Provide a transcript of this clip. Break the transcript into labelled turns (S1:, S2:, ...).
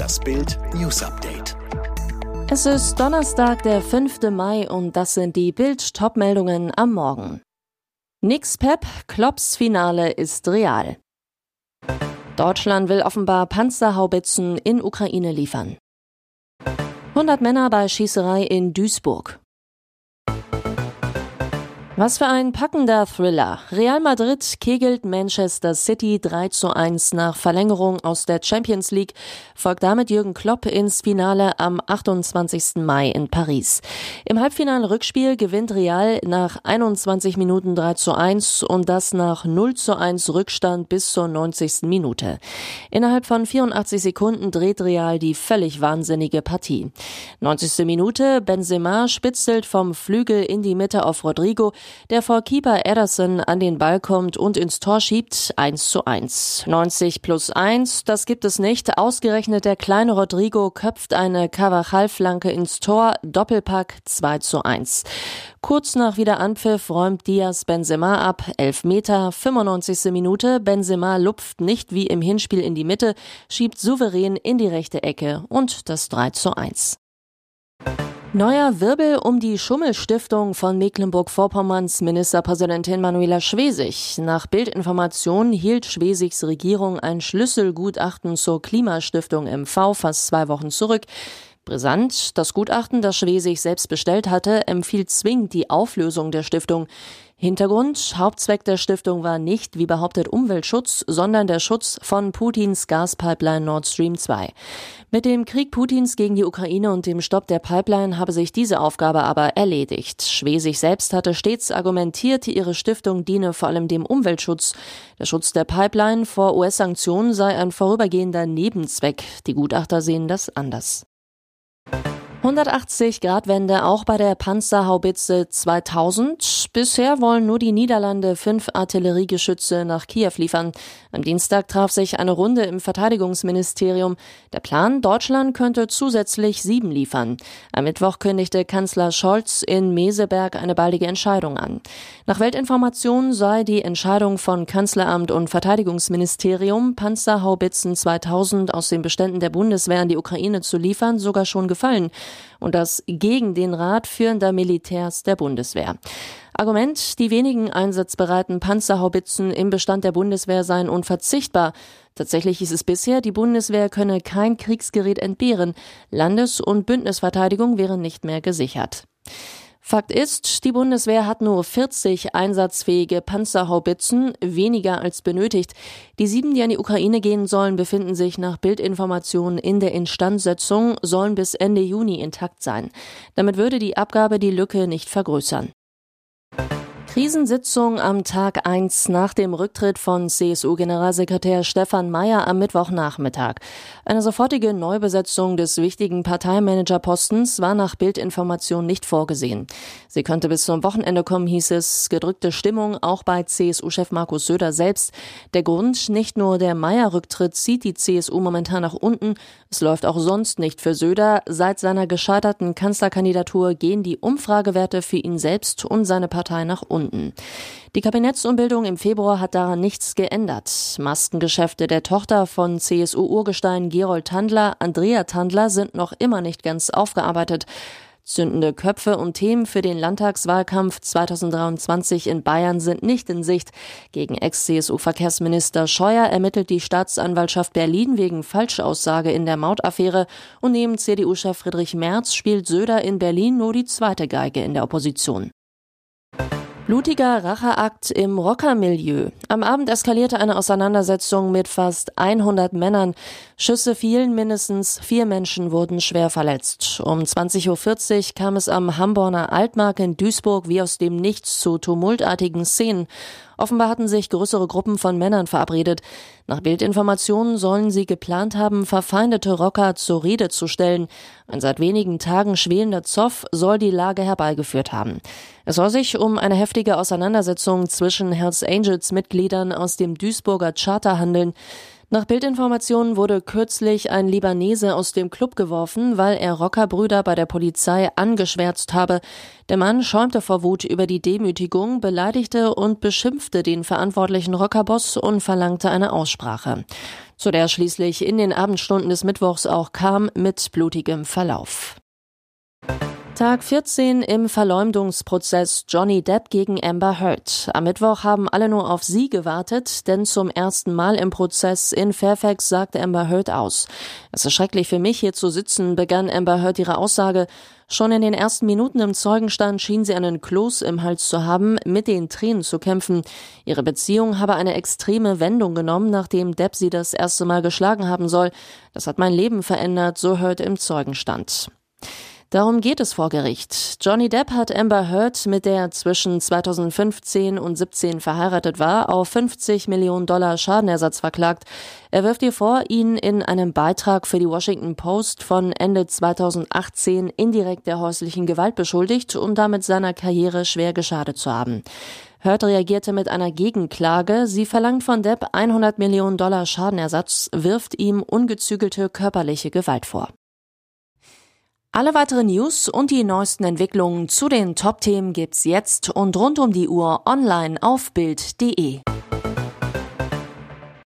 S1: Das Bild News Update.
S2: Es ist Donnerstag, der 5. Mai und das sind die Bild-Top-Meldungen am Morgen. Nix Pep, Klopps Finale ist real. Deutschland will offenbar Panzerhaubitzen in Ukraine liefern. 100 Männer bei Schießerei in Duisburg. Was für ein packender Thriller. Real Madrid kegelt Manchester City 3:1 nach Verlängerung aus der Champions League, folgt damit Jürgen Klopp ins Finale am 28. Mai in Paris. Im Halbfinale-Rückspiel gewinnt Real nach 21 Minuten 3:1 und das nach 0:1 Rückstand bis zur 90. Minute. Innerhalb von 84 Sekunden dreht Real die völlig wahnsinnige Partie. 90. Minute, Benzema spitzelt vom Flügel in die Mitte auf Rodrigo, der vor Keeper Ederson an den Ball kommt und ins Tor schiebt, 1:1. 90+1, das gibt es nicht. Ausgerechnet der kleine Rodrigo köpft eine Carvajal-Flanke ins Tor, Doppelpack 2:1. Kurz nach Wiederanpfiff räumt Diaz Benzema ab, Elfmeter, 95. Minute, Benzema lupft nicht wie im Hinspiel in die Mitte, schiebt souverän in die rechte Ecke und das 3:1. Neuer Wirbel um die Schummelstiftung von Mecklenburg-Vorpommerns Ministerpräsidentin Manuela Schwesig. Nach Bildinformationen hielt Schwesigs Regierung ein Schlüsselgutachten zur Klimastiftung MV fast 2 Wochen zurück. Brisant, das Gutachten, das Schwesig selbst bestellt hatte, empfiehlt zwingend die Auflösung der Stiftung. Hintergrund, Hauptzweck der Stiftung war nicht, wie behauptet, Umweltschutz, sondern der Schutz von Putins Gaspipeline Nord Stream 2. Mit dem Krieg Putins gegen die Ukraine und dem Stopp der Pipeline habe sich diese Aufgabe aber erledigt. Schwesig selbst hatte stets argumentiert, ihre Stiftung diene vor allem dem Umweltschutz. Der Schutz der Pipeline vor US-Sanktionen sei ein vorübergehender Nebenzweck. Die Gutachter sehen das anders. 180-Grad-Wende auch bei der Panzerhaubitze 2000. Bisher wollen nur die Niederlande 5 Artilleriegeschütze nach Kiew liefern. Am Dienstag traf sich eine Runde im Verteidigungsministerium. Der Plan, Deutschland könnte zusätzlich 7 liefern. Am Mittwoch kündigte Kanzler Scholz in Meseberg eine baldige Entscheidung an. Nach Weltinformationen sei die Entscheidung von Kanzleramt und Verteidigungsministerium, Panzerhaubitzen 2000 aus den Beständen der Bundeswehr an die Ukraine zu liefern, sogar schon gefallen. Und das gegen den Rat führender Militärs der Bundeswehr. Argument, die wenigen einsatzbereiten Panzerhaubitzen im Bestand der Bundeswehr seien unverzichtbar. Tatsächlich hieß es bisher, die Bundeswehr könne kein Kriegsgerät entbehren. Landes- und Bündnisverteidigung wäre nicht mehr gesichert. Fakt ist, die Bundeswehr hat nur 40 einsatzfähige Panzerhaubitzen, weniger als benötigt. Die 7, die an die Ukraine gehen sollen, befinden sich nach Bildinformationen in der Instandsetzung, sollen bis Ende Juni intakt sein. Damit würde die Abgabe die Lücke nicht vergrößern. Krisensitzung am Tag 1 nach dem Rücktritt von CSU-Generalsekretär Stefan Mayer am Mittwochnachmittag. Eine sofortige Neubesetzung des wichtigen Parteimanagerpostens war nach Bildinformation nicht vorgesehen. Sie könnte bis zum Wochenende kommen, hieß es. Gedrückte Stimmung auch bei CSU-Chef Markus Söder selbst. Der Grund, nicht nur der Mayer-Rücktritt zieht die CSU momentan nach unten, es läuft auch sonst nicht für Söder. Seit seiner gescheiterten Kanzlerkandidatur gehen die Umfragewerte für ihn selbst und seine Partei nach unten. Die Kabinettsumbildung im Februar hat daran nichts geändert. Maskengeschäfte der Tochter von CSU-Urgestein Gerold Tandler, Andrea Tandler, sind noch immer nicht ganz aufgearbeitet. Zündende Köpfe und Themen für den Landtagswahlkampf 2023 in Bayern sind nicht in Sicht. Gegen Ex-CSU-Verkehrsminister Scheuer ermittelt die Staatsanwaltschaft Berlin wegen Falschaussage in der Mautaffäre und neben CDU-Chef Friedrich Merz spielt Söder in Berlin nur die zweite Geige in der Opposition. Blutiger Racheakt im Rockermilieu. Am Abend eskalierte eine Auseinandersetzung mit fast 100 Männern. Schüsse fielen, mindestens 4 Menschen wurden schwer verletzt. Um 20:40 Uhr kam es am Hamborner Altmark in Duisburg wie aus dem Nichts zu tumultartigen Szenen. Offenbar hatten sich größere Gruppen von Männern verabredet. Nach Bildinformationen sollen sie geplant haben, verfeindete Rocker zur Rede zu stellen. Ein seit wenigen Tagen schwelender Zoff soll die Lage herbeigeführt haben. Es soll sich um eine heftige Auseinandersetzung zwischen Hells Angels-Mitgliedern aus dem Duisburger Charter handeln. Nach Bildinformationen wurde kürzlich ein Libanese aus dem Club geworfen, weil er Rockerbrüder bei der Polizei angeschwärzt habe. Der Mann schäumte vor Wut über die Demütigung, beleidigte und beschimpfte den verantwortlichen Rockerboss und verlangte eine Aussprache, zu der schließlich in den Abendstunden des Mittwochs auch kam, mit blutigem Verlauf. Tag 14 im Verleumdungsprozess Johnny Depp gegen Amber Heard. Am Mittwoch haben alle nur auf sie gewartet, denn zum ersten Mal im Prozess in Fairfax sagte Amber Heard aus. Es ist schrecklich für mich, hier zu sitzen, begann Amber Heard ihre Aussage. Schon in den ersten Minuten im Zeugenstand schien sie einen Kloß im Hals zu haben, mit den Tränen zu kämpfen. Ihre Beziehung habe eine extreme Wendung genommen, nachdem Depp sie das erste Mal geschlagen haben soll. Das hat mein Leben verändert, so Heard im Zeugenstand. Darum geht es vor Gericht. Johnny Depp hat Amber Heard, mit der er zwischen 2015 und 2017 verheiratet war, auf $50 Millionen Schadenersatz verklagt. Er wirft ihr vor, ihn in einem Beitrag für die Washington Post von Ende 2018 indirekt der häuslichen Gewalt beschuldigt und damit seiner Karriere schwer geschadet zu haben. Heard reagierte mit einer Gegenklage. Sie verlangt von Depp $100 Millionen Schadenersatz, wirft ihm ungezügelte körperliche Gewalt vor. Alle weiteren News und die neuesten Entwicklungen zu den Top-Themen gibt's jetzt und rund um die Uhr online auf Bild.de.